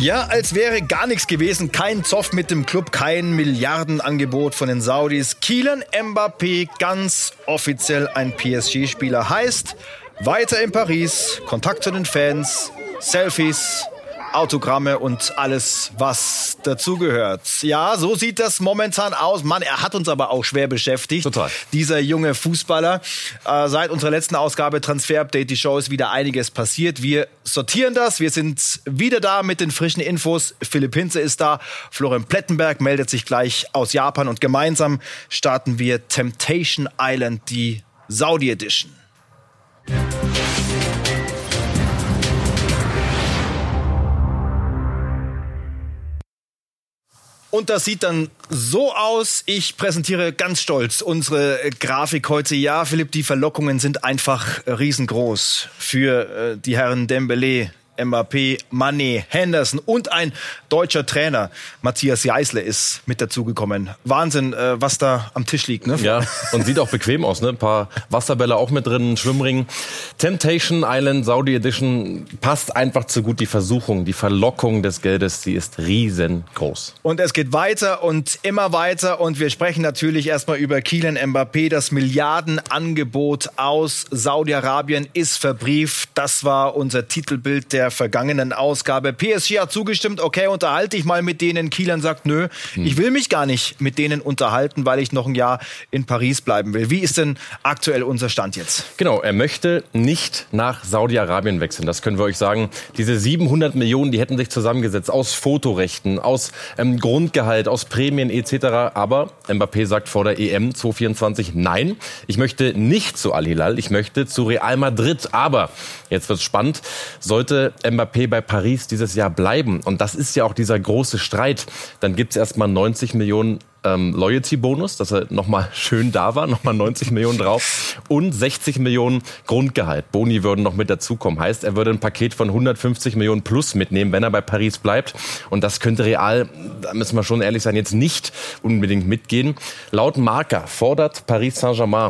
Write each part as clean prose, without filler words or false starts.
Ja, als wäre gar nichts gewesen. Kein Zoff mit dem Club, kein Milliardenangebot von den Saudis. Kylian Mbappé, ganz offiziell ein PSG-Spieler, heißt weiter in Paris, Kontakt zu den Fans, Selfies, Autogramme und alles, was dazugehört. Ja, so sieht das momentan aus. Mann, er hat uns aber auch schwer beschäftigt. Total. Dieser junge Fußballer. Seit unserer letzten Ausgabe Transfer Update, die Show, ist wieder einiges passiert. Wir sortieren das. Wir sind wieder da mit den frischen Infos. Philipp Hinze ist da. Florian Plettenberg meldet sich gleich aus Japan. Und gemeinsam starten wir Temptation Island, die Saudi Edition. Und das sieht dann so aus. Ich präsentiere ganz stolz unsere Grafik heute. Ja, Philipp, die Verlockungen sind einfach riesengroß für die Herren Dembélé, Mbappé, Mané, Henderson und ein deutscher Trainer. Matthias Jeißle ist mit dazugekommen. Wahnsinn, was da am Tisch liegt. Ne? Ja, und sieht auch bequem aus. Ne? Ein paar Wasserbälle auch mit drin, Schwimmring. Temptation Island Saudi Edition passt einfach zu gut. Die Versuchung, die Verlockung des Geldes, die ist riesengroß. Und es geht weiter und immer weiter. Und wir sprechen natürlich erstmal über Kylian Mbappé. Das Milliardenangebot aus Saudi-Arabien ist verbrieft. Das war unser Titelbild der vergangenen Ausgabe. PSG hat zugestimmt, okay, unterhalte ich mal mit denen. Kylian sagt, nö, ich will mich gar nicht mit denen unterhalten, weil ich noch ein Jahr in Paris bleiben will. Wie ist denn aktuell unser Stand jetzt? Genau, er möchte nicht nach Saudi-Arabien wechseln, das können wir euch sagen. Diese 700 Millionen, die hätten sich zusammengesetzt aus Fotorechten, aus Grundgehalt, aus Prämien etc. Aber Mbappé sagt vor der EM 2024, nein, ich möchte nicht zu Al-Hilal, ich möchte zu Real Madrid. Aber, jetzt wird's spannend, sollte Mbappé bei Paris dieses Jahr bleiben, und das ist ja auch dieser große Streit, dann gibt's erstmal 90 Millionen Loyalty-Bonus, dass er nochmal schön da war, nochmal 90 Millionen drauf und 60 Millionen Grundgehalt. Boni würden noch mit dazukommen. Heißt, er würde ein Paket von 150 Millionen plus mitnehmen, wenn er bei Paris bleibt. Und das könnte Real, da müssen wir schon ehrlich sein, jetzt nicht unbedingt mitgehen. Laut Marca fordert Paris Saint-Germain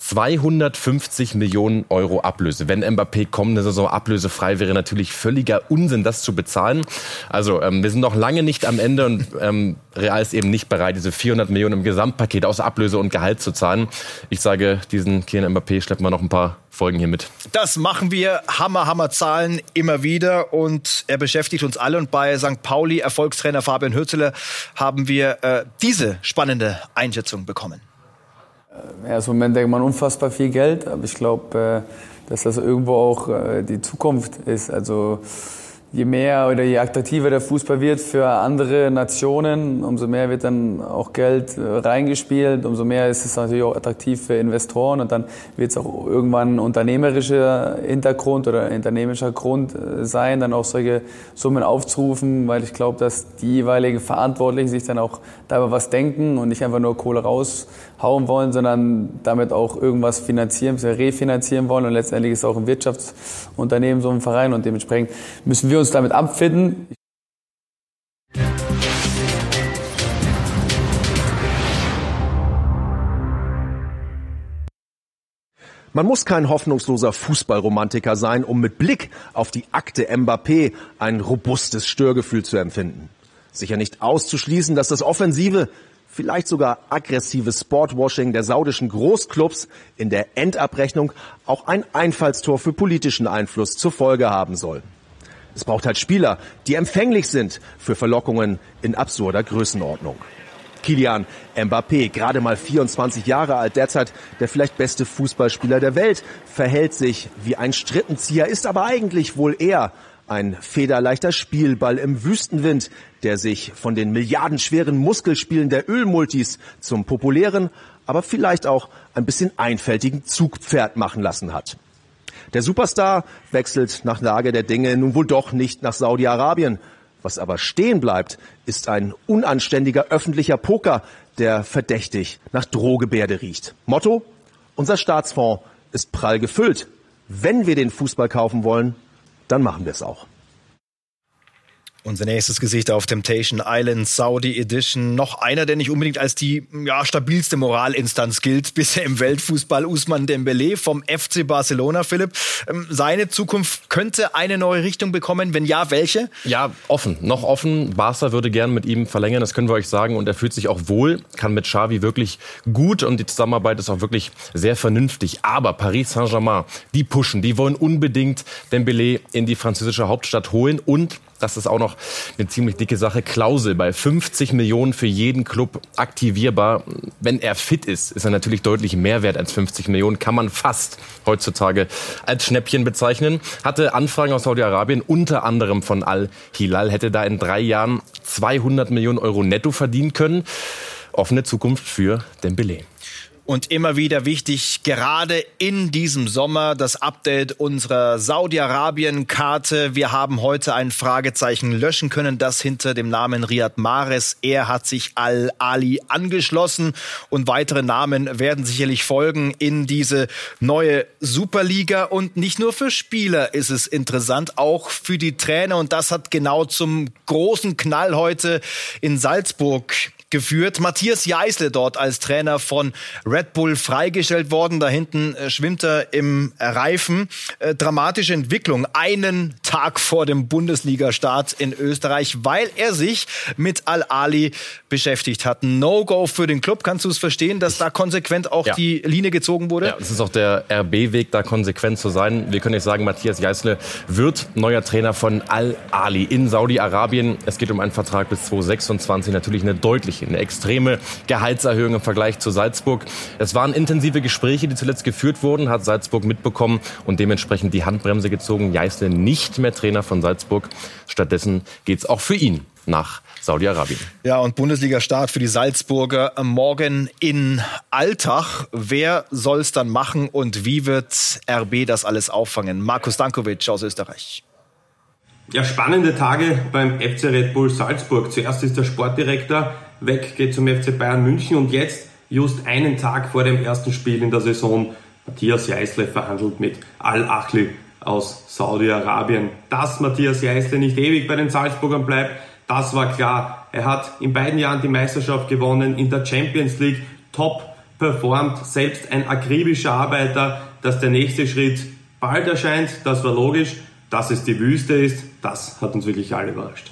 250 Millionen Euro Ablöse. Wenn Mbappé kommende Saison ablösefrei wäre, natürlich völliger Unsinn, das zu bezahlen. Also wir sind noch lange nicht am Ende und Real ist eben nicht bereit, diese 400 Millionen im Gesamtpaket aus Ablöse und Gehalt zu zahlen. Ich sage, diesen Kylian Mbappé schleppen wir noch ein paar Folgen hier mit. Das machen wir. Hammer Zahlen immer wieder. Und er beschäftigt uns alle. Und bei St. Pauli Erfolgstrainer Fabian Hürzeler haben wir diese spannende Einschätzung bekommen. Ja, im Moment denkt man unfassbar viel Geld, aber ich glaube, dass das irgendwo auch die Zukunft ist. Also je mehr oder je attraktiver der Fußball wird für andere Nationen, umso mehr wird dann auch Geld reingespielt, umso mehr ist es natürlich auch attraktiv für Investoren, und dann wird es auch irgendwann ein unternehmerischer Hintergrund oder ein unternehmerischer Grund sein, dann auch solche Summen aufzurufen, weil ich glaube, dass die jeweiligen Verantwortlichen sich dann auch dabei was denken und nicht einfach nur Kohle raushauen wollen, sondern damit auch irgendwas finanzieren, refinanzieren wollen, und letztendlich ist es auch ein Wirtschaftsunternehmen, so ein Verein, und dementsprechend müssen wir uns damit abfinden. Man muss kein hoffnungsloser Fußballromantiker sein, um mit Blick auf die Akte Mbappé ein robustes Störgefühl zu empfinden. Sicher nicht auszuschließen, dass das offensive, vielleicht sogar aggressive Sportwashing der saudischen Großclubs in der Endabrechnung auch ein Einfallstor für politischen Einfluss zur Folge haben soll. Es braucht halt Spieler, die empfänglich sind für Verlockungen in absurder Größenordnung. Kylian Mbappé, gerade mal 24 Jahre alt, derzeit der vielleicht beste Fußballspieler der Welt, verhält sich wie ein Strippenzieher, ist aber eigentlich wohl eher ein federleichter Spielball im Wüstenwind, der sich von den milliardenschweren Muskelspielen der Ölmultis zum populären, aber vielleicht auch ein bisschen einfältigen Zugpferd machen lassen hat. Der Superstar wechselt nach Lage der Dinge nun wohl doch nicht nach Saudi-Arabien. Was aber stehen bleibt, ist ein unanständiger öffentlicher Poker, der verdächtig nach Drohgebärde riecht. Motto: Unser Staatsfonds ist prall gefüllt. Wenn wir den Fußball kaufen wollen, dann machen wir es auch. Unser nächstes Gesicht auf Temptation Island, Saudi Edition. Noch einer, der nicht unbedingt als die stabilste Moralinstanz gilt bisher im Weltfußball. Ousmane Dembélé vom FC Barcelona. Philipp, seine Zukunft könnte eine neue Richtung bekommen. Wenn ja, welche? Ja, offen. Noch offen. Barca würde gern mit ihm verlängern, das können wir euch sagen. Und er fühlt sich auch wohl, kann mit Xavi wirklich gut. Und die Zusammenarbeit ist auch wirklich sehr vernünftig. Aber Paris Saint-Germain, die pushen, die wollen unbedingt Dembélé in die französische Hauptstadt holen. Und das ist auch noch eine ziemlich dicke Sache. Klausel bei 50 Millionen für jeden Club aktivierbar. Wenn er fit ist, ist er natürlich deutlich mehr wert als 50 Millionen. Kann man fast heutzutage als Schnäppchen bezeichnen. Hatte Anfragen aus Saudi-Arabien, unter anderem von Al-Hilal. Hätte da in 3 Jahren 200 Millionen Euro netto verdienen können. Offene Zukunft für Dembélé. Und immer wieder wichtig, gerade in diesem Sommer, das Update unserer Saudi-Arabien-Karte. Wir haben heute ein Fragezeichen löschen können, das hinter dem Namen Riyad Mahrez. Er hat sich Al-Ahly angeschlossen und weitere Namen werden sicherlich folgen in diese neue Superliga. Und nicht nur für Spieler ist es interessant, auch für die Trainer. Und das hat genau zum großen Knall heute in Salzburg geführt. Matthias Jeißle dort als Trainer von Red Bull freigestellt worden. Da hinten schwimmt er im Reifen. Dramatische Entwicklung. Einen Tag vor dem Bundesliga-Start in Österreich, weil er sich mit Al-Ahly beschäftigt hat. No-Go für den Club. Kannst du es verstehen, dass da konsequent auch die Linie gezogen wurde? Ja, es ist auch der RB-Weg, da konsequent zu sein. Wir können jetzt sagen, Matthias Jeißle wird neuer Trainer von Al-Ahly in Saudi-Arabien. Es geht um einen Vertrag bis 2026. Natürlich eine extreme Gehaltserhöhung im Vergleich zu Salzburg. Es waren intensive Gespräche, die zuletzt geführt wurden, hat Salzburg mitbekommen und dementsprechend die Handbremse gezogen. Jeißle nicht mehr Trainer von Salzburg. Stattdessen geht's auch für ihn nach Saudi-Arabien. Ja, und Bundesliga-Start für die Salzburger morgen in Altach. Wer soll's dann machen und wie wird RB das alles auffangen? Markus Dankovic aus Österreich. Ja, spannende Tage beim FC Red Bull Salzburg. Zuerst ist der Sportdirektor weg, geht zum FC Bayern München und jetzt, just einen Tag vor dem ersten Spiel in der Saison, Matthias Jeißle verhandelt mit Al-Ahly aus Saudi-Arabien. Dass Matthias Jeißle nicht ewig bei den Salzburgern bleibt, das war klar. Er hat in beiden Jahren die Meisterschaft gewonnen, in der Champions League top performt, selbst ein akribischer Arbeiter. Dass der nächste Schritt bald erscheint, das war logisch. Dass es die Wüste ist, das hat uns wirklich alle überrascht.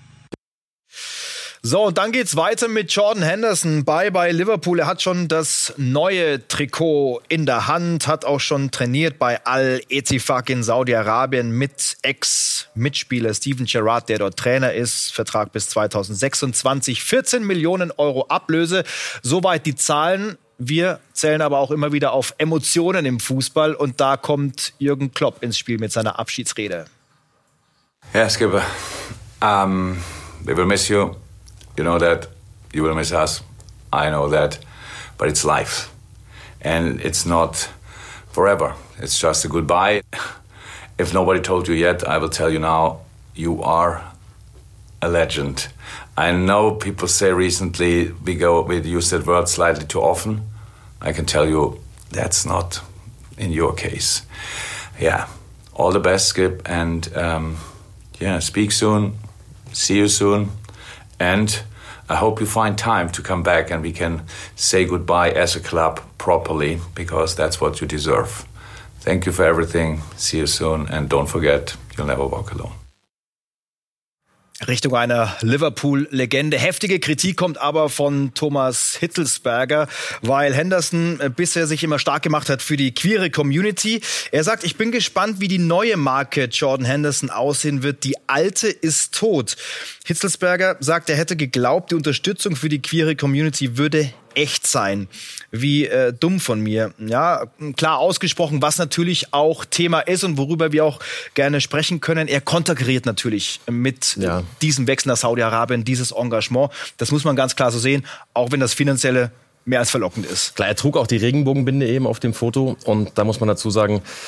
So, und dann geht's weiter mit Jordan Henderson bei Liverpool. Er hat schon das neue Trikot in der Hand, hat auch schon trainiert bei Al-Ettifaq in Saudi-Arabien mit Ex-Mitspieler Steven Gerrard, der dort Trainer ist. Vertrag bis 2026, 14 Millionen Euro Ablöse. Soweit die Zahlen. Wir zählen aber auch immer wieder auf Emotionen im Fußball und da kommt Jürgen Klopp ins Spiel mit seiner Abschiedsrede. Yeah, Skipper. We will miss you. You know that. You will miss us. I know that. But it's life. And it's not forever. It's just a goodbye. If nobody told you yet, I will tell you now. You are a legend. I know people say recently we use that word slightly too often. I can tell you that's not in your case. Yeah, all the best, Skip, and speak soon, see you soon, and I hope you find time to come back and we can say goodbye as a club properly, because that's what you deserve. Thank you for everything, see you soon, and don't forget, you'll never walk alone. Richtung einer Liverpool-Legende. Heftige Kritik kommt aber von Thomas Hitzelsberger, weil Henderson bisher sich immer stark gemacht hat für die queere Community. Er sagt, ich bin gespannt, wie die neue Marke Jordan Henderson aussehen wird. Die alte ist tot. Hitzelsberger sagt, er hätte geglaubt, die Unterstützung für die queere Community würde echt sein. Wie dumm von mir. Ja, klar ausgesprochen, was natürlich auch Thema ist und worüber wir auch gerne sprechen können. Er konterkariert natürlich mit diesem Wechsel nach Saudi-Arabien, dieses Engagement. Das muss man ganz klar so sehen, auch wenn das Finanzielle mehr als verlockend ist. Klar, er trug auch die Regenbogenbinde eben auf dem Foto und da muss man dazu sagen,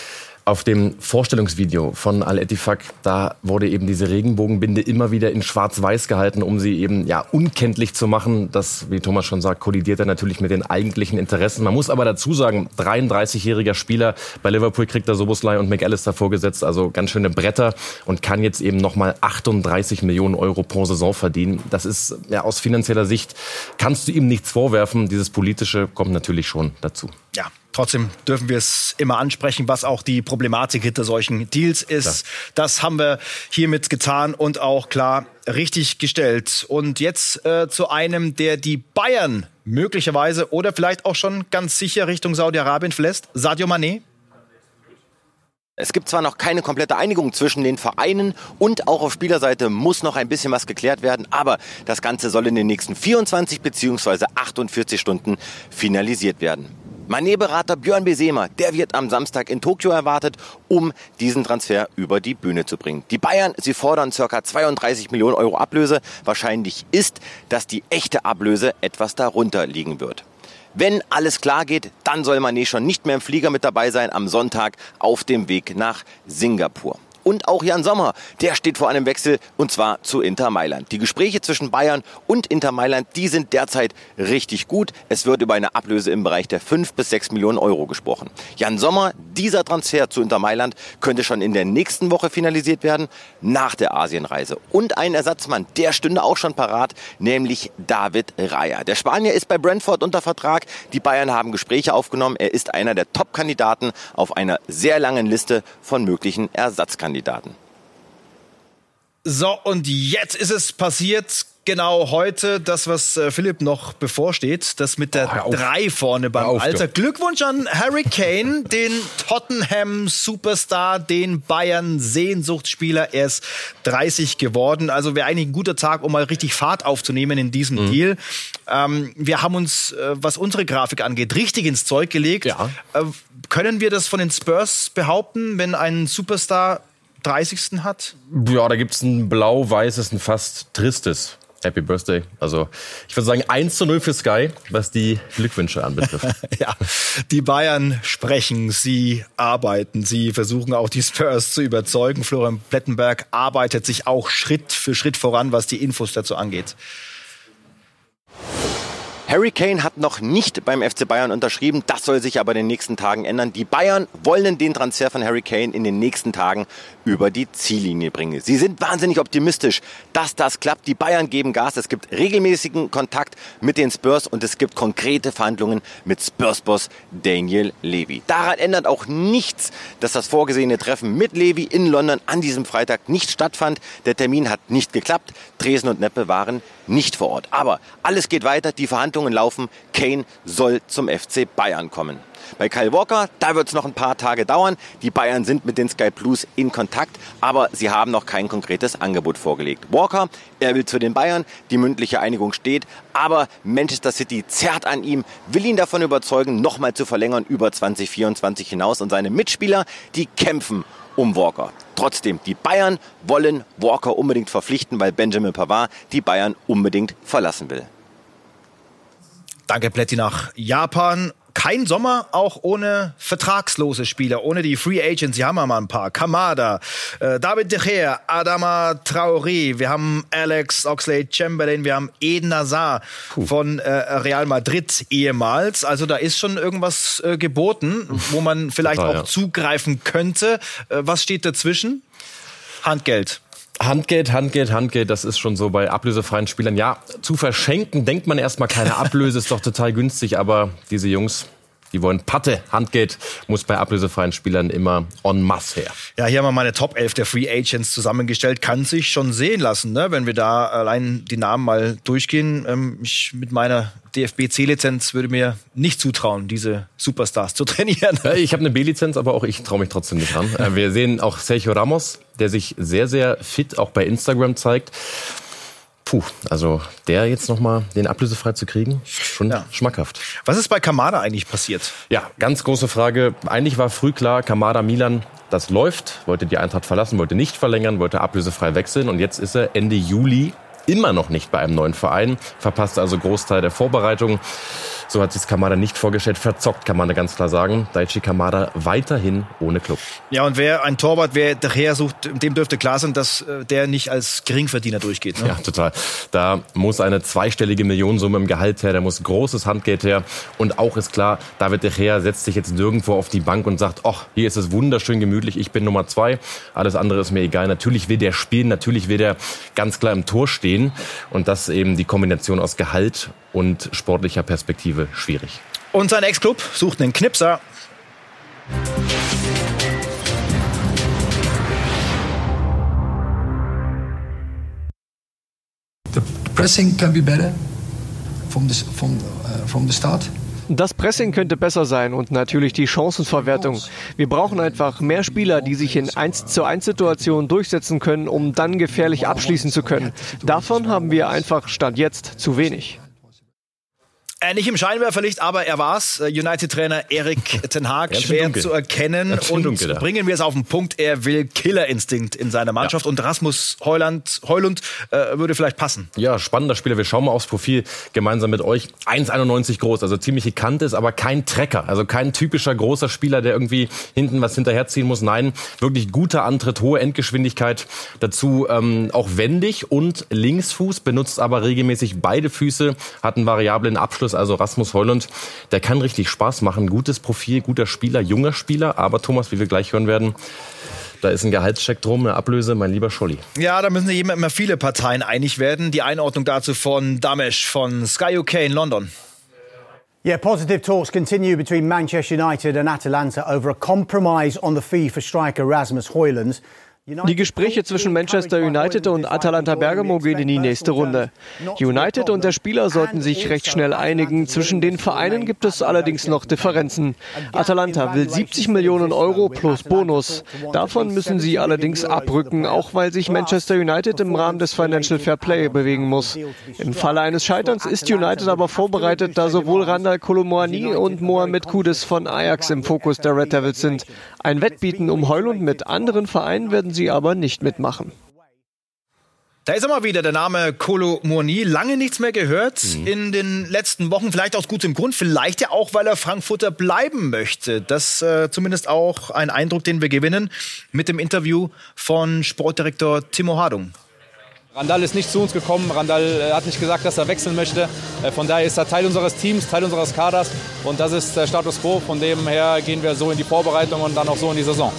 Auf dem Vorstellungsvideo von Al-Ettifaq, da wurde eben diese Regenbogenbinde immer wieder in schwarz-weiß gehalten, um sie eben unkenntlich zu machen. Das, wie Thomas schon sagt, kollidiert dann natürlich mit den eigentlichen Interessen. Man muss aber dazu sagen, 33-jähriger Spieler bei Liverpool kriegt da Szoboszlai und McAllister vorgesetzt, also ganz schöne Bretter und kann jetzt eben nochmal 38 Millionen Euro pro Saison verdienen. Das ist aus finanzieller Sicht, kannst du ihm nichts vorwerfen. Dieses Politische kommt natürlich schon dazu. Ja, trotzdem dürfen wir es immer ansprechen, was auch die Problematik hinter solchen Deals ist. Klar. Das haben wir hiermit getan und auch klar richtig gestellt. Und jetzt zu einem, der die Bayern möglicherweise oder vielleicht auch schon ganz sicher Richtung Saudi-Arabien verlässt. Sadio Mané. Es gibt zwar noch keine komplette Einigung zwischen den Vereinen und auch auf Spielerseite muss noch ein bisschen was geklärt werden, aber das Ganze soll in den nächsten 24 bzw. 48 Stunden finalisiert werden. Mané-Berater Björn Besema, der wird am Samstag in Tokio erwartet, um diesen Transfer über die Bühne zu bringen. Die Bayern, sie fordern ca. 32 Millionen Euro Ablöse. Wahrscheinlich ist, dass die echte Ablöse etwas darunter liegen wird. Wenn alles klar geht, dann soll Mané schon nicht mehr im Flieger mit dabei sein am Sonntag auf dem Weg nach Singapur. Und auch Jan Sommer, der steht vor einem Wechsel und zwar zu Inter Mailand. Die Gespräche zwischen Bayern und Inter Mailand, die sind derzeit richtig gut. Es wird über eine Ablöse im Bereich der 5 bis 6 Millionen Euro gesprochen. Jan Sommer, dieser Transfer zu Inter Mailand könnte schon in der nächsten Woche finalisiert werden, nach der Asienreise. Und ein Ersatzmann, der stünde auch schon parat, nämlich David Raya. Der Spanier ist bei Brentford unter Vertrag. Die Bayern haben Gespräche aufgenommen. Er ist einer der Top-Kandidaten auf einer sehr langen Liste von möglichen Ersatzkandidaten. So, und jetzt ist es passiert, genau heute, das, was Philipp noch bevorsteht, das mit der 3 vorne beim Alter. Glückwunsch an Harry Kane, den Tottenham-Superstar, den Bayern-Sehnsuchtsspieler. Er ist 30 geworden. Also wäre eigentlich ein guter Tag, um mal richtig Fahrt aufzunehmen in diesem Deal. Wir haben uns, was unsere Grafik angeht, richtig ins Zeug gelegt. Ja. Können wir das von den Spurs behaupten, wenn ein Superstar 30. hat? Ja, da gibt's ein blau-weißes, ein fast tristes Happy Birthday. Also ich würde sagen 1:0 für Sky, was die Glückwünsche anbetrifft. Ja, die Bayern sprechen, sie arbeiten, sie versuchen auch die Spurs zu überzeugen. Florian Plettenberg arbeitet sich auch Schritt für Schritt voran, was die Infos dazu angeht. Harry Kane hat noch nicht beim FC Bayern unterschrieben, das soll sich aber in den nächsten Tagen ändern. Die Bayern wollen den Transfer von Harry Kane in den nächsten Tagen über die Ziellinie bringen. Sie sind wahnsinnig optimistisch, dass das klappt. Die Bayern geben Gas, es gibt regelmäßigen Kontakt mit den Spurs und es gibt konkrete Verhandlungen mit Spurs-Boss Daniel Levy. Daran ändert auch nichts, dass das vorgesehene Treffen mit Levy in London an diesem Freitag nicht stattfand. Der Termin hat nicht geklappt, Dresen und Neppe waren nicht vor Ort. Aber alles geht weiter, die Verhandlungen laufen. Kane soll zum FC Bayern kommen. Bei Kyle Walker, da wird es noch ein paar Tage dauern. Die Bayern sind mit den Sky Blues in Kontakt, aber sie haben noch kein konkretes Angebot vorgelegt. Walker, er will zu den Bayern, die mündliche Einigung steht, aber Manchester City zerrt an ihm, will ihn davon überzeugen, nochmal zu verlängern über 2024 hinaus und seine Mitspieler, die kämpfen um Walker. Trotzdem, die Bayern wollen Walker unbedingt verpflichten, weil Benjamin Pavard die Bayern unbedingt verlassen will. Danke, Plätti, nach Japan. Kein Sommer, auch ohne vertragslose Spieler, ohne die Free Agents. Hier haben wir mal ein paar. Kamada, David De Gea, Adama Traoré, wir haben Alex Oxlade-Chamberlain, wir haben Eden Hazard von Real Madrid ehemals. Also da ist schon irgendwas geboten, wo man vielleicht auch zugreifen könnte. Was steht dazwischen? Handgeld. Handgeld, das ist schon so bei ablösefreien Spielern. Ja, zu verschenken denkt man erstmal, keine Ablöse ist doch total günstig, aber diese Jungs, die wollen Patte. Handgeld muss bei ablösefreien Spielern immer en masse her. Ja, hier haben wir meine Top 11 der Free Agents zusammengestellt. Kann sich schon sehen lassen, ne? Wenn wir da allein die Namen mal durchgehen. Ich mit meiner DFB-C-Lizenz würde mir nicht zutrauen, diese Superstars zu trainieren. Ich habe eine B-Lizenz, aber auch ich traue mich trotzdem nicht ran. Wir sehen auch Sergio Ramos, der sich sehr, sehr fit auch bei Instagram zeigt. Also der jetzt nochmal den ablösefrei zu kriegen, schon schmackhaft. Was ist bei Kamada eigentlich passiert? Ja, ganz große Frage. Eigentlich war früh klar, Kamada Milan, das läuft. Wollte die Eintracht verlassen, wollte nicht verlängern, wollte ablösefrei wechseln. Und jetzt ist er Ende Juli immer noch nicht bei einem neuen Verein. Verpasst also Großteil der Vorbereitung. So hat sich Kamada nicht vorgestellt. Verzockt, kann man da ganz klar sagen. Daichi Kamada weiterhin ohne Club. Ja, und wer ein Torwart, wer De Gea sucht, dem dürfte klar sein, dass der nicht als Geringverdiener durchgeht. Ne? Ja, total. Da muss eine zweistellige Millionensumme im Gehalt her, da muss großes Handgeld her. Und auch ist klar, David De Gea setzt sich jetzt nirgendwo auf die Bank und sagt, ach, hier ist es wunderschön gemütlich, ich bin Nummer 2. Alles andere ist mir egal. Natürlich will der spielen, natürlich will der ganz klar im Tor stehen. Und das ist eben die Kombination aus Gehalt und sportlicher Perspektive schwierig. Und sein Ex-Club sucht einen Knipser. The pressing can be better from the start. Das Pressing könnte besser sein und natürlich die Chancenverwertung. Wir brauchen einfach mehr Spieler, die sich in 1-zu-1-Situationen durchsetzen können, um dann gefährlich abschließen zu können. Davon haben wir einfach Stand jetzt zu wenig. Nicht im Scheinwerferlicht, aber er war's. United-Trainer Erik ten Hag, schwer zu erkennen. Und bringen wir es auf den Punkt, er will Killerinstinkt in seiner Mannschaft. Ja. Und Rasmus Højlund würde vielleicht passen. Ja, spannender Spieler. Wir schauen mal aufs Profil gemeinsam mit euch. 1,91 groß, also ziemliche Kante ist, aber kein Trecker. Also kein typischer großer Spieler, der irgendwie hinten was hinterherziehen muss. Nein, wirklich guter Antritt, hohe Endgeschwindigkeit. Dazu auch wendig und Linksfuß, benutzt aber regelmäßig beide Füße, hat einen variablen Abschluss. Also Rasmus Højlund, der kann richtig Spaß machen. Gutes Profil, guter Spieler, junger Spieler. Aber Thomas, wie wir gleich hören werden, da ist ein Gehaltscheck drum, eine Ablöse, mein lieber Scholli. Ja, da müssen sich immer viele Parteien einig werden. Die Einordnung dazu von Damesh von Sky UK in London. Yeah, positive talks continue between Manchester United and Atalanta over a compromise on the fee for striker Rasmus Højlund. Die Gespräche zwischen Manchester United und Atalanta Bergamo gehen in die nächste Runde. United und der Spieler sollten sich recht schnell einigen. Zwischen den Vereinen gibt es allerdings noch Differenzen. Atalanta will 70 Millionen Euro plus Bonus. Davon müssen sie allerdings abrücken, auch weil sich Manchester United im Rahmen des Financial Fair Play bewegen muss. Im Falle eines Scheiterns ist United aber vorbereitet, da sowohl Randal Kolo Muani und Mohamed Kudus von Ajax im Fokus der Red Devils sind. Ein Wettbieten um Højlund mit anderen Vereinen werden sie aber nicht mitmachen. Da ist er mal wieder, der Name Kolo Muani. Lange nichts mehr gehört in den letzten Wochen. Vielleicht aus gutem Grund, vielleicht ja auch, weil er Frankfurter bleiben möchte. Das zumindest auch ein Eindruck, den wir gewinnen mit dem Interview von Sportdirektor Timo Hardung. Randal ist nicht zu uns gekommen. Randal hat nicht gesagt, dass er wechseln möchte. Von daher ist er Teil unseres Teams, Teil unseres Kaders. Und das ist der Status quo. Von dem her gehen wir so in die Vorbereitung und dann auch so in die Saison.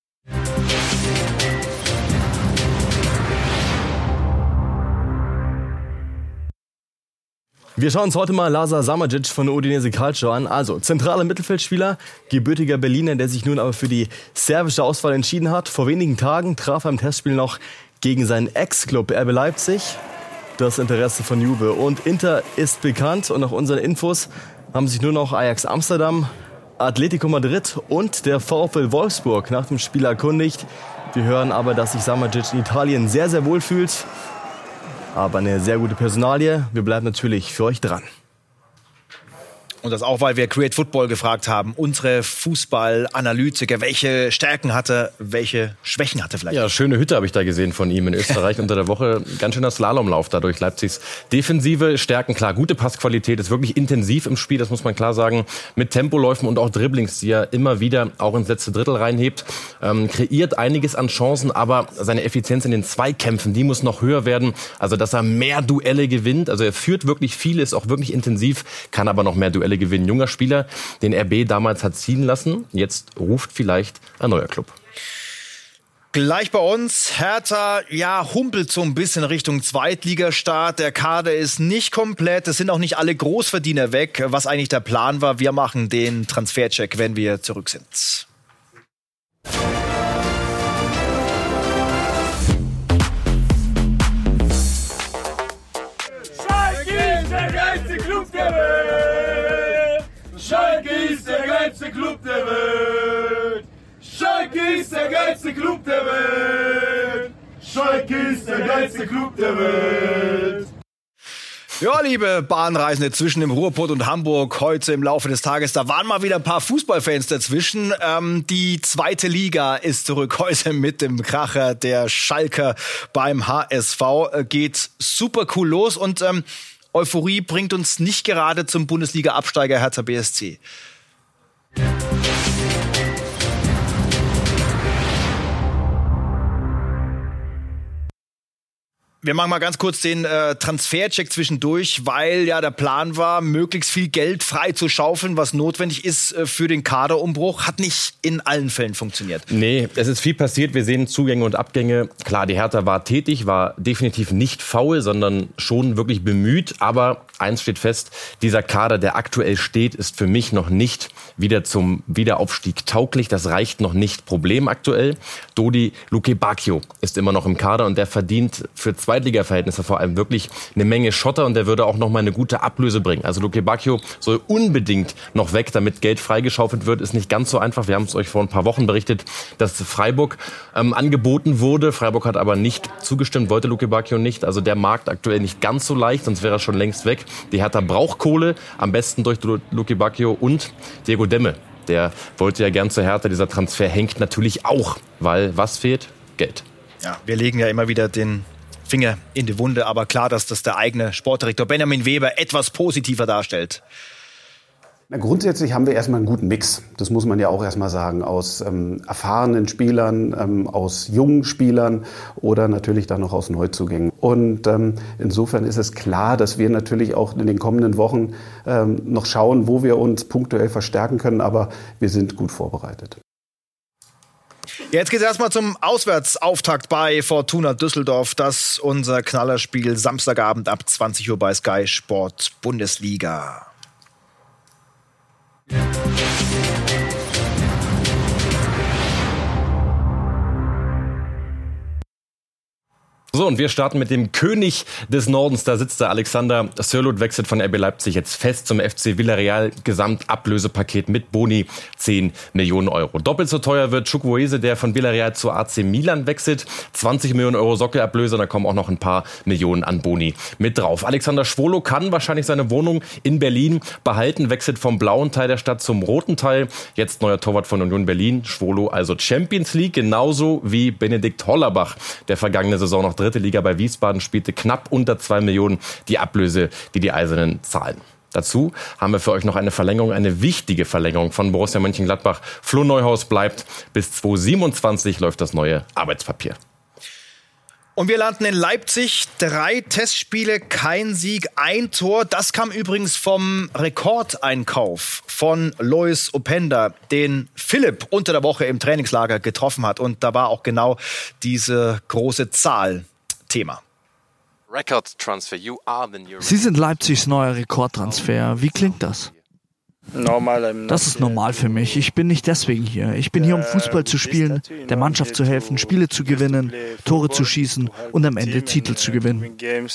Wir schauen uns heute mal Lazar Samajic von Udinese Calcio an. Also, zentraler Mittelfeldspieler, gebürtiger Berliner, der sich nun aber für die serbische Auswahl entschieden hat. Vor wenigen Tagen traf er im Testspiel noch gegen seinen Ex-Club RB Leipzig das Interesse von Juve. Und Inter ist bekannt und nach unseren Infos haben sich nur noch Ajax Amsterdam, Atletico Madrid und der VfL Wolfsburg nach dem Spiel erkundigt. Wir hören aber, dass sich Samajic in Italien sehr, sehr wohl fühlt. Aber eine sehr gute Personalie. Wir bleiben natürlich für euch dran. Und das auch, weil wir Create Football gefragt haben. Unsere Fußballanalytiker, welche Stärken hatte, welche Schwächen hatte vielleicht? Ja, schöne Hütte habe ich da gesehen von ihm in Österreich unter der Woche. Ganz schöner Slalomlauf dadurch. Leipzigs defensive Stärken, klar, gute Passqualität, ist wirklich intensiv im Spiel, das muss man klar sagen. Mit Tempoläufen und auch Dribblings, die er immer wieder auch ins letzte Drittel reinhebt. Kreiert einiges an Chancen, aber seine Effizienz in den Zweikämpfen, die muss noch höher werden. Also, dass er mehr Duelle gewinnt. Also, er führt wirklich viel, ist auch wirklich intensiv, kann aber noch mehr Duelle gewinnen. Junger Spieler, den RB damals hat ziehen lassen. Jetzt ruft vielleicht ein neuer Club. Gleich bei uns, Hertha, ja, humpelt so ein bisschen Richtung Zweitligastart. Der Kader ist nicht komplett, es sind auch nicht alle Großverdiener weg. Was eigentlich der Plan war, wir machen den Transfercheck, wenn wir zurück sind. Schalke ist der geilste Club der Welt! Schalke ist der geilste Club der Welt! Schalke ist der geilste Club der Welt! Ja, liebe Bahnreisende zwischen dem Ruhrpott und Hamburg heute im Laufe des Tages, da waren mal wieder ein paar Fußballfans dazwischen. Die zweite Liga ist zurück heute mit dem Kracher. Der Schalker beim HSV geht super cool los und Euphorie bringt uns nicht gerade zum Bundesliga-Absteiger Hertha BSC. Wir machen mal ganz kurz den Transfercheck zwischendurch, weil ja der Plan war, möglichst viel Geld frei zu schaufeln, was notwendig ist für den Kaderumbruch. Hat nicht in allen Fällen funktioniert. Nee, es ist viel passiert. Wir sehen Zugänge und Abgänge. Klar, die Hertha war tätig, war definitiv nicht faul, sondern schon wirklich bemüht. Aber eins steht fest, dieser Kader, der aktuell steht, ist für mich noch nicht wieder zum Wiederaufstieg tauglich. Das reicht noch nicht. Problem aktuell, Dodi Lukebakio ist immer noch im Kader und der verdient für Zweitliga-Verhältnisse vor allem wirklich eine Menge Schotter und der würde auch noch mal eine gute Ablöse bringen. Also Lukebakio soll unbedingt noch weg, damit Geld freigeschaufelt wird. Ist nicht ganz so einfach. Wir haben es euch vor ein paar Wochen berichtet, dass Freiburg angeboten wurde. Freiburg hat aber nicht zugestimmt, wollte Lukebakio nicht. Also der Markt aktuell nicht ganz so leicht, sonst wäre er schon längst weg. Die Hertha braucht Kohle, am besten durch Lukebakio und Diego Demme. Der wollte ja gern zur Hertha. Dieser Transfer hängt natürlich auch, weil was fehlt? Geld. Ja, wir legen ja immer wieder den Finger in die Wunde, aber klar, dass das der eigene Sportdirektor Benjamin Weber etwas positiver darstellt. Na, grundsätzlich haben wir erstmal einen guten Mix, das muss man ja auch erstmal sagen, aus erfahrenen Spielern, aus jungen Spielern oder natürlich dann noch aus Neuzugängen. Und insofern ist es klar, dass wir natürlich auch in den kommenden Wochen noch schauen, wo wir uns punktuell verstärken können, aber wir sind gut vorbereitet. Jetzt geht es erstmal zum Auswärtsauftakt bei Fortuna Düsseldorf. Das unser Knallerspiel Samstagabend ab 20 Uhr bei Sky Sport Bundesliga. So, und wir starten mit dem König des Nordens. Da sitzt der Alexander Sörloth, wechselt von RB Leipzig jetzt fest zum FC Villarreal. Gesamtablösepaket mit Boni 10 Millionen Euro. Doppelt so teuer wird Chukwueze, der von Villarreal zu AC Milan wechselt. 20 Millionen Euro Sockelablöse, da kommen auch noch ein paar Millionen an Boni mit drauf. Alexander Schwolo kann wahrscheinlich seine Wohnung in Berlin behalten, wechselt vom blauen Teil der Stadt zum roten Teil. Jetzt neuer Torwart von Union Berlin. Schwolo also Champions League, genauso wie Benedikt Hollerbach, der vergangene Saison noch dritte Liga bei Wiesbaden spielte, knapp unter 2 Millionen die Ablöse, die die Eisernen zahlen. Dazu haben wir für euch noch eine Verlängerung, eine wichtige Verlängerung von Borussia Mönchengladbach. Flo Neuhaus bleibt. Bis 2027 läuft das neue Arbeitspapier. Und wir landen in Leipzig. 3 Testspiele, kein Sieg, 1 Tor. Das kam übrigens vom Rekordeinkauf von Lois Openda, den Philipp unter der Woche im Trainingslager getroffen hat. Und da war auch genau diese große Zahl Thema. Sie sind Leipzigs neuer Rekordtransfer. Wie klingt das? Das ist normal für mich. Ich bin nicht deswegen hier. Ich bin hier, um Fußball zu spielen, der Mannschaft zu helfen, Spiele zu gewinnen, Tore zu schießen und am Ende Titel zu gewinnen.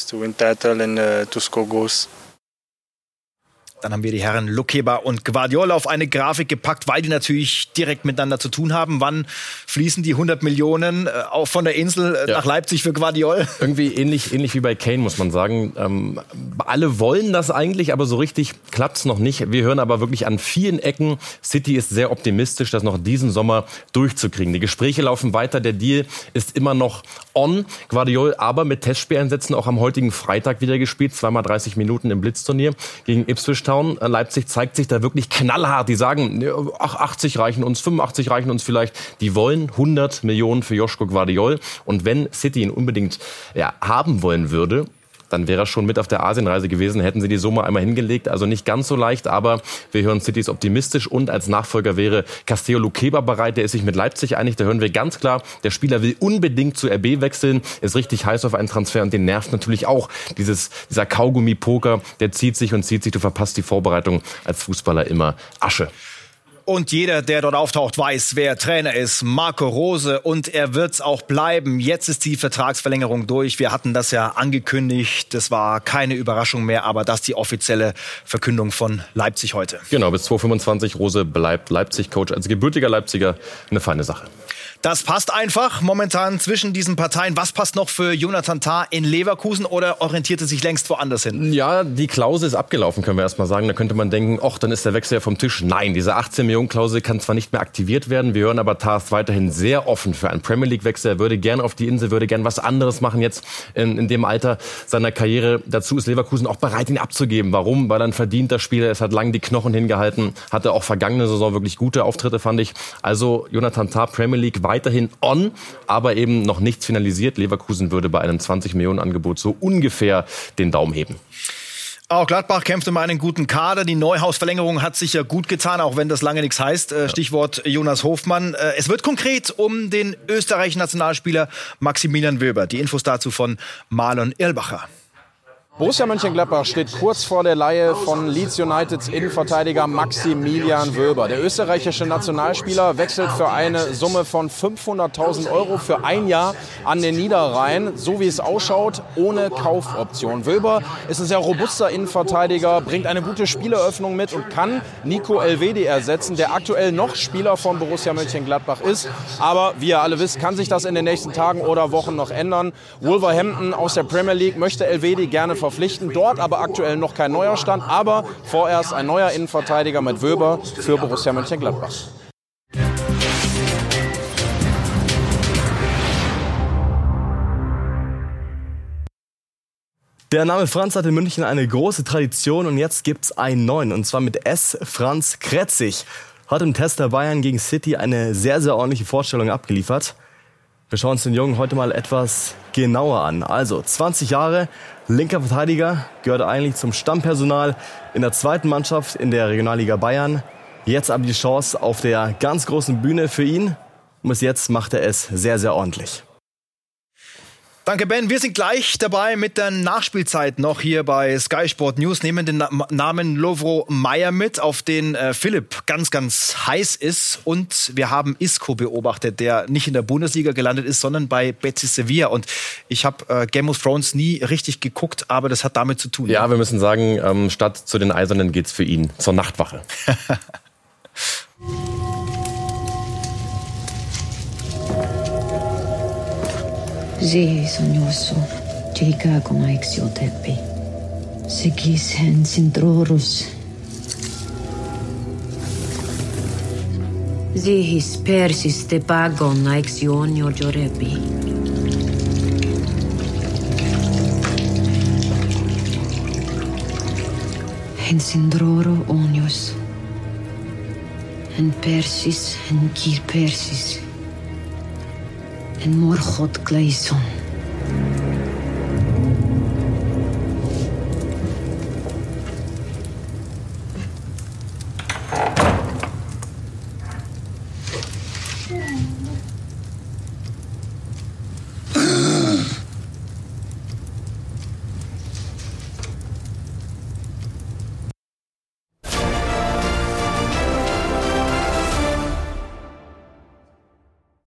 Dann haben wir die Herren Lukeba und Gvardiol auf eine Grafik gepackt, weil die natürlich direkt miteinander zu tun haben. Wann fließen die 100 Millionen auch von der Insel nach Leipzig für Gvardiol? Irgendwie ähnlich wie bei Kane, muss man sagen. Alle wollen das eigentlich, aber so richtig klappt's noch nicht. Wir hören aber wirklich an vielen Ecken, City ist sehr optimistisch, das noch diesen Sommer durchzukriegen. Die Gespräche laufen weiter, der Deal ist immer noch on. Gvardiol aber mit Testspieleinsätzen auch am heutigen Freitag wieder gespielt. 2x 30 Minuten im Blitzturnier gegen Ipswich Town. Leipzig zeigt sich da wirklich knallhart. Die sagen, ach, 80 reichen uns, 85 reichen uns vielleicht. Die wollen 100 Millionen für Joško Gvardiol. Und wenn City ihn unbedingt haben wollen würde, dann wäre er schon mit auf der Asienreise gewesen, hätten sie die Summe einmal hingelegt. Also nicht ganz so leicht, aber wir hören, City ist optimistisch und als Nachfolger wäre Castello Lukeba bereit. Der ist sich mit Leipzig einig, da hören wir ganz klar, der Spieler will unbedingt zu RB wechseln, ist richtig heiß auf einen Transfer und den nervt natürlich auch dieser Kaugummi-Poker, der zieht sich, du verpasst die Vorbereitung als Fußballer immer Asche. Und jeder, der dort auftaucht, weiß, wer Trainer ist. Marco Rose. Und er wird's auch bleiben. Jetzt ist die Vertragsverlängerung durch. Wir hatten das ja angekündigt. Das war keine Überraschung mehr. Aber das ist die offizielle Verkündung von Leipzig heute. Genau, bis 2025. Rose bleibt Leipzig-Coach. Als gebürtiger Leipziger eine feine Sache. Das passt einfach momentan zwischen diesen Parteien. Was passt noch für Jonathan Tah in Leverkusen oder orientiert er sich längst woanders hin? Ja, die Klausel ist abgelaufen, können wir erst mal sagen. Da könnte man denken, ach, dann ist der Wechsel ja vom Tisch. Nein, diese 18-Millionen-Klausel kann zwar nicht mehr aktiviert werden. Wir hören aber Tah ist weiterhin sehr offen für einen Premier-League-Wechsel. Er würde gerne auf die Insel, würde gerne was anderes machen jetzt in dem Alter seiner Karriere. Dazu ist Leverkusen auch bereit, ihn abzugeben. Warum? Weil er ein verdienter Spieler ist, hat lange die Knochen hingehalten, hatte auch vergangene Saison wirklich gute Auftritte, fand ich. Also Jonathan Tah, Premier League weiterhin on, aber eben noch nichts finalisiert. Leverkusen würde bei einem 20-Millionen-Angebot so ungefähr den Daumen heben. Auch Gladbach kämpft um einen guten Kader. Die Neuhaus-Verlängerung hat sich ja gut getan, auch wenn das lange nichts heißt. Stichwort Jonas Hofmann. Es wird konkret um den österreichischen Nationalspieler Maximilian Wöber. Die Infos dazu von Marlon Irlbacher. Borussia Mönchengladbach steht kurz vor der Leihe von Leeds Uniteds Innenverteidiger Maximilian Wöber. Der österreichische Nationalspieler wechselt für eine Summe von 500.000 € für ein Jahr an den Niederrhein. So wie es ausschaut, ohne Kaufoption. Wöber ist ein sehr robuster Innenverteidiger, bringt eine gute Spieleröffnung mit und kann Nico Elvedi ersetzen, der aktuell noch Spieler von Borussia Mönchengladbach ist. Aber wie ihr alle wisst, kann sich das in den nächsten Tagen oder Wochen noch ändern. Wolverhampton aus der Premier League möchte Elvedi gerne verpflichten. Dort aber aktuell noch kein neuer Stand, aber vorerst ein neuer Innenverteidiger mit Wöber für Borussia Mönchengladbach. Der Name Franz hat in München eine große Tradition und jetzt gibt's einen neuen, und zwar mit S. Franz Kretzig. Hat im Test der Bayern gegen City eine sehr, sehr ordentliche Vorstellung abgeliefert. Wir schauen uns den Jungen heute mal etwas genauer an. Also 20 Jahre, linker Verteidiger, gehört eigentlich zum Stammpersonal in der zweiten Mannschaft in der Regionalliga Bayern. Jetzt aber die Chance auf der ganz großen Bühne für ihn. Und bis jetzt macht er es sehr, sehr ordentlich. Danke, Ben. Wir sind gleich dabei mit der Nachspielzeit noch hier bei Sky Sport News. Nehmen den Namen Lovro Mayer mit, auf den Philipp ganz, ganz heiß ist. Und wir haben Isco beobachtet, der nicht in der Bundesliga gelandet ist, sondern bei Betis Sevilla. Und ich habe Game of Thrones nie richtig geguckt, aber das hat damit zu tun. Ja, wir müssen sagen, statt zu den Eisernen geht's für ihn zur Nachtwache. Zehi sonioso, Jika komaixio tepi. Segis hen sindrorus. Zehis persis te pagon aixionio jorepi. En sindroro onios. En persis en kir persis. En morgot gleison.